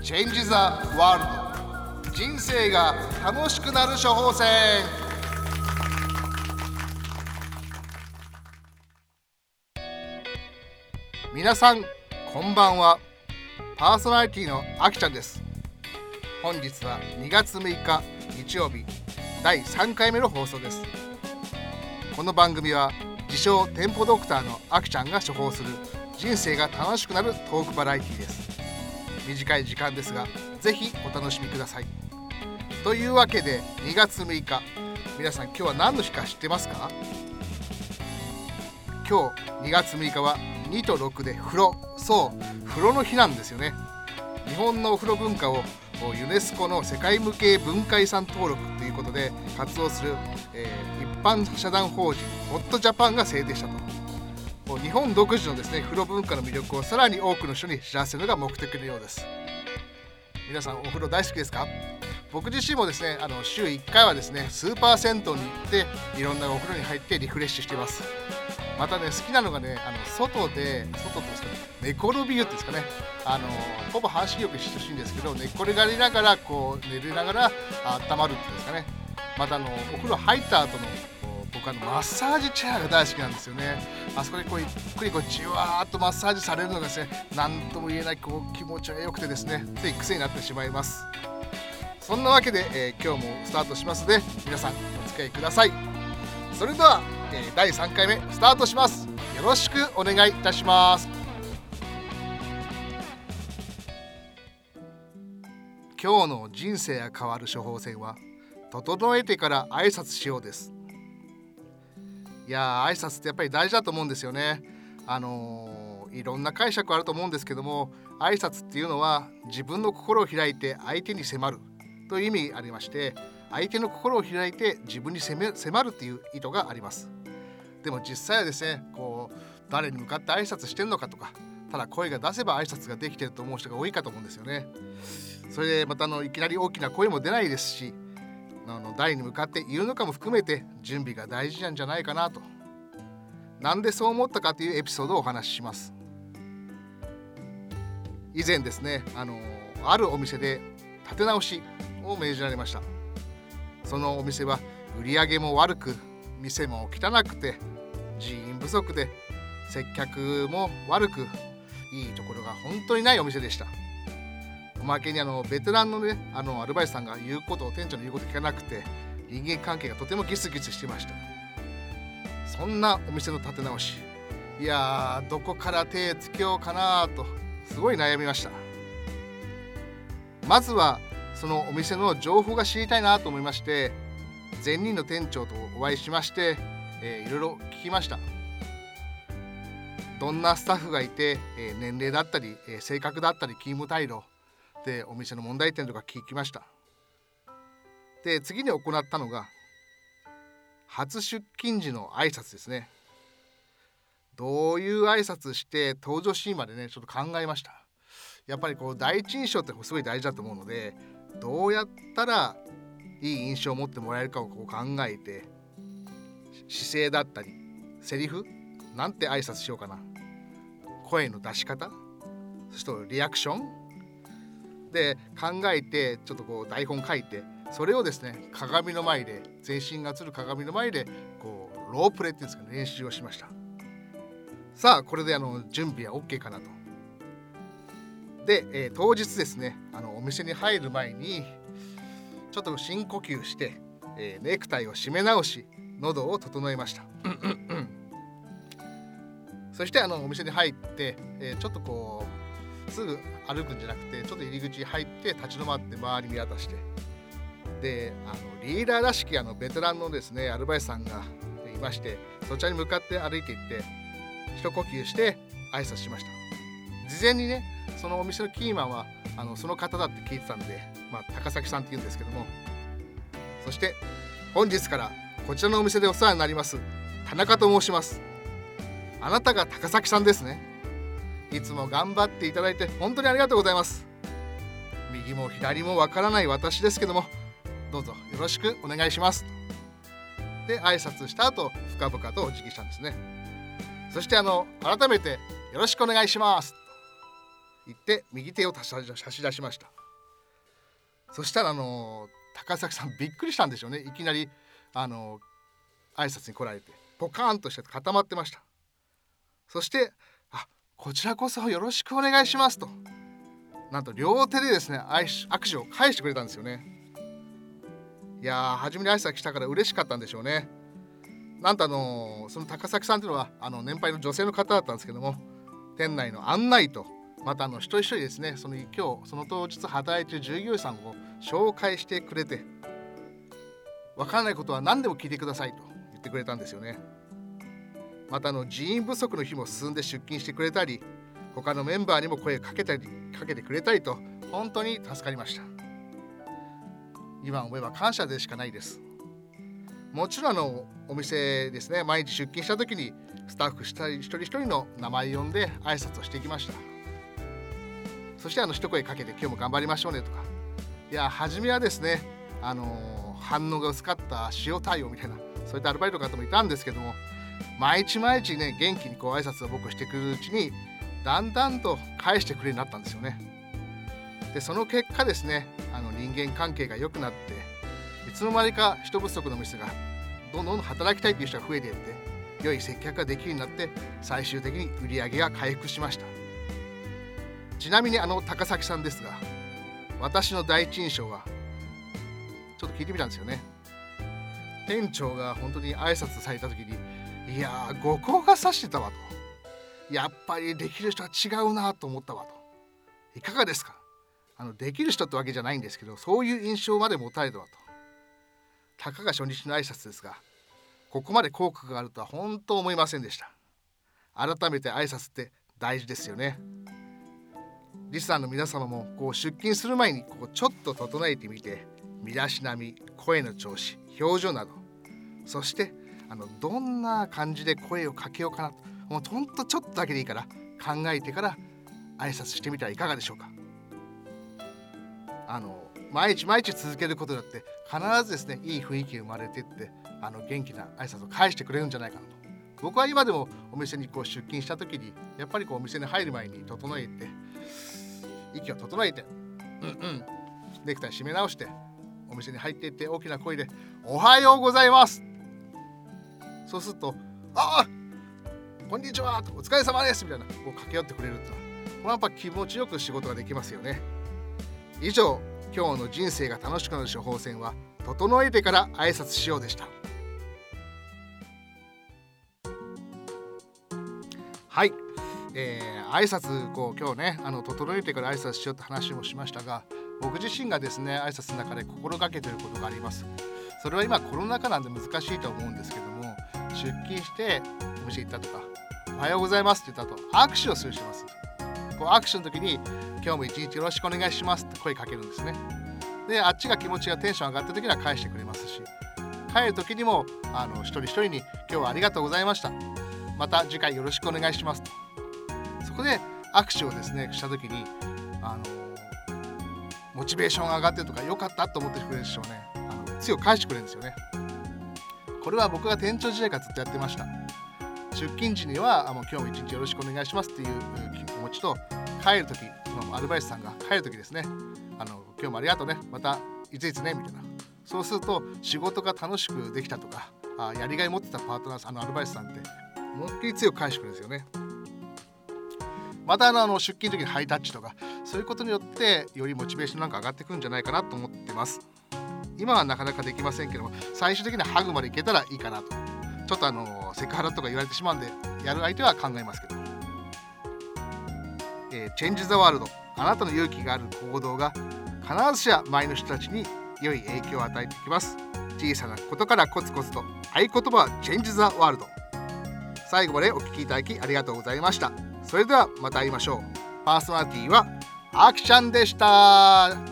Change the World 人生が楽しくなる処方箋。皆さんこんばんは。パーソナリティのあきちゃんです。本日は2月6日日曜日第3回目の放送です。この番組は自称店舗ドクターのあきちゃんが処方する人生が楽しくなるトークバラエティです。短い時間ですがぜひお楽しみください。というわけで2月6日、皆さん今日は何の日か知ってますか？今日2月6日は2と6で風呂、そう風呂の日なんですよね。日本のお風呂文化をユネスコの世界無形文化遺産登録ということで活動する、一般社団法人ホットジャパンが制定したと。日本独自のですね風呂文化の魅力をさらに多くの人に知らせるのが目的のようです。皆さんお風呂大好きですか？僕自身もですね週1回はですねスーパー銭湯に行っていろんなお風呂に入ってリフレッシュしています。またね好きなのがね外ですか寝転び湯ってですかね、ほぼ半身浴してほしいんですけど、寝っ転がりながらこう寝れながら温まるっていうんですかね。またお風呂入った後の僕マッサージチェアが大好きなんですよね。あそこでこうゆっくりじわーっとマッサージされるのがですね、何とも言えない気持ちが良くてですね、つい癖になってしまいます。そんなわけで、今日もスタートしますので皆さんお付き合いください。それでは、第3回目スタートします。よろしくお願いいたします。今日の人生が変わる処方箋は整えてから挨拶しようです。いや挨拶ってやっぱり大事だと思うんですよね。いろんな解釈あると思うんですけども、挨拶っていうのは自分の心を開いて相手に迫るという意味ありまして、相手の心を開いて自分に迫るっていう意図があります。でも実際はですね誰に向かって挨拶してるのかとか、ただ声が出せば挨拶ができてると思う人が多いかと思うんですよね。それでまたいきなり大きな声も出ないですし、誰に向かって言うのかも含めて準備が大事なんじゃないかなと。なんでそう思ったかというエピソードをお話しします。以前ですねあるお店で立て直しを命じられました。そのお店は売り上げも悪く、店も汚くて、人員不足で、接客も悪く、いいところが本当にないお店でした。おまけにベテランのねアルバイトさんが店長の言うこと聞かなくて、人間関係がとてもギスギスしてました。そんなお店の立て直し、いやどこから手つけようかなとすごい悩みました。まずはそのお店の情報が知りたいなと思いまして、前任の店長とお会いしまして、いろいろ聞きました。どんなスタッフがいて、年齢だったり、性格だったり勤務態度でお店の問題点とか聞きました。で次に行ったのが初出勤時の挨拶ですね。どういう挨拶して登場シーンまでねちょっと考えました。やっぱり第一印象ってすごい大事だと思うので、どうやったらいい印象を持ってもらえるかを考えて、姿勢だったりセリフなんて挨拶しようかな、声の出し方、そしてリアクションで考えて、ちょっと台本書いて、それをですね鏡の前で、全身が映る鏡の前でロープレっていうんですかね、練習をしました。さあこれで準備は OK かなと。で、当日ですねお店に入る前にちょっと深呼吸して、ネクタイを締め直し喉を整えましたそしてお店に入って、ちょっとすぐ歩くんじゃなくて、ちょっと入り口に入って立ち止まって周り見渡して、でリーダーらしきベテランのですねアルバイトさんがいまして、そちらに向かって歩いていって一呼吸して挨拶しました。事前にねそのお店のキーマンはその方だって聞いてたんで、高崎さんって言うんですけども、そして本日からこちらのお店でお世話になります田中と申します。あなたが高崎さんですね。いつも頑張っていただいて本当にありがとうございます。右も左もわからない私ですけども、どうぞよろしくお願いします。で挨拶した後深々とお辞儀したんですね。そして改めてよろしくお願いします言って右手を差し出しました。そしたら高崎さんびっくりしたんでしょうね。いきなり挨拶に来られてポカーンとして固まってました。そしてこちらこそよろしくお願いしますと、なんと両手でですね握手を返してくれたんですよね。いやー、初めに挨拶来たから嬉しかったんでしょうね。なんとその高崎さんというのは年配の女性の方だったんですけども、店内の案内とまた一人一人ですね、その当日働いている従業員さんを紹介してくれて、わからないことは何でも聞いてくださいと言ってくれたんですよね。また人員不足の日も進んで出勤してくれたり、他のメンバーにも声をかけてくれたりと、本当に助かりました。今思えば感謝でしかないです。もちろんお店ですね、毎日出勤した時にスタッフ一人一人の名前を呼んで挨拶をしていきました。そして一声かけて今日も頑張りましょうねとか、いや初めはですね反応が薄かった塩対応みたいな、そういったアルバイトの方もいたんですけども、毎日毎日ね元気に挨拶を僕してくるうちにだんだんと返してくれるようになったんですよね。でその結果ですね人間関係が良くなって、いつの間にか人不足の店がどんどん働きたいという人が増えていって、良い接客ができるようになって、最終的に売り上げが回復しました。ちなみに高崎さんですが、私の第一印象はちょっと聞いてみたんですよね。店長が本当に挨拶された時に、いやー後光が差してたわと、やっぱりできる人は違うなと思ったわと、いかがですか。できる人ってわけじゃないんですけど、そういう印象まで持たれたわと。たかが初日の挨拶ですが、ここまで効果があるとは本当思いませんでした。改めて挨拶って大事ですよね。リスナーの皆様も出勤する前にちょっと整えてみて、身だしなみ、声の調子、表情など、そしてどんな感じで声をかけようかなと、もうほんとちょっとだけでいいから考えてから挨拶してみてはいかがでしょうか。毎日毎日続けることによって必ずですねいい雰囲気が生まれていって、元気な挨拶を返してくれるんじゃないかなと。僕は今でもお店に出勤した時にやっぱりお店に入る前に整えて、息を整えて、ネクタイ締め直してお店に入っていって、大きな声でおはようございます、そうするとこんにちは、お疲れ様ですみたいな駆け寄ってくれると、これはやっぱ気持ちよく仕事ができますよね。以上、今日の人生が楽しくなる処方箋は整えてから挨拶しようでした。はい、挨拶今日ね整えてから挨拶しようって話もしましたが、僕自身がですね挨拶の中で心がけていることがあります。それは今コロナ禍なんで難しいと思うんですけども、出勤してお店行ったとか、おはようございますって言った後握手をする人います。握手の時に今日も一日よろしくお願いしますって声かけるんですね。であっちが気持ちがテンション上がった時には返してくれますし、帰る時にも一人一人に今日はありがとうございました、また次回よろしくお願いしますと、そこで握手をですねした時にモチベーションが上がってるとか、良かったと思ってくれる人をね強く返してくれるんですよね。これは僕が店長時代からずっとやってました。出勤時には今日も一日よろしくお願いしますっていう気持ちと、帰るときアルバイトさんが帰るときですね今日もありがとうね、またいついつねみたいな、そうすると仕事が楽しくできたとか、やりがい持ってたパートナーさんアルバイトさんって思いっきり強く返してくるんですよね。また出勤の時にハイタッチとか、そういうことによってよりモチベーションなんか上がってくるんじゃないかなと思ってます。今はなかなかできませんけども、最終的にはハグまでいけたらいいかなと。ちょっとセクハラとか言われてしまうんで、やる相手は考えますけど、チェンジ・ザ・ワールド、あなたの勇気がある行動が必ずしは周りの人たちに良い影響を与えていきます。小さなことからコツコツと、合言葉はチェンジ・ザ・ワールド。最後までお聞きいただきありがとうございました。それではまた会いましょう。パーソナリティはあきちゃんでした。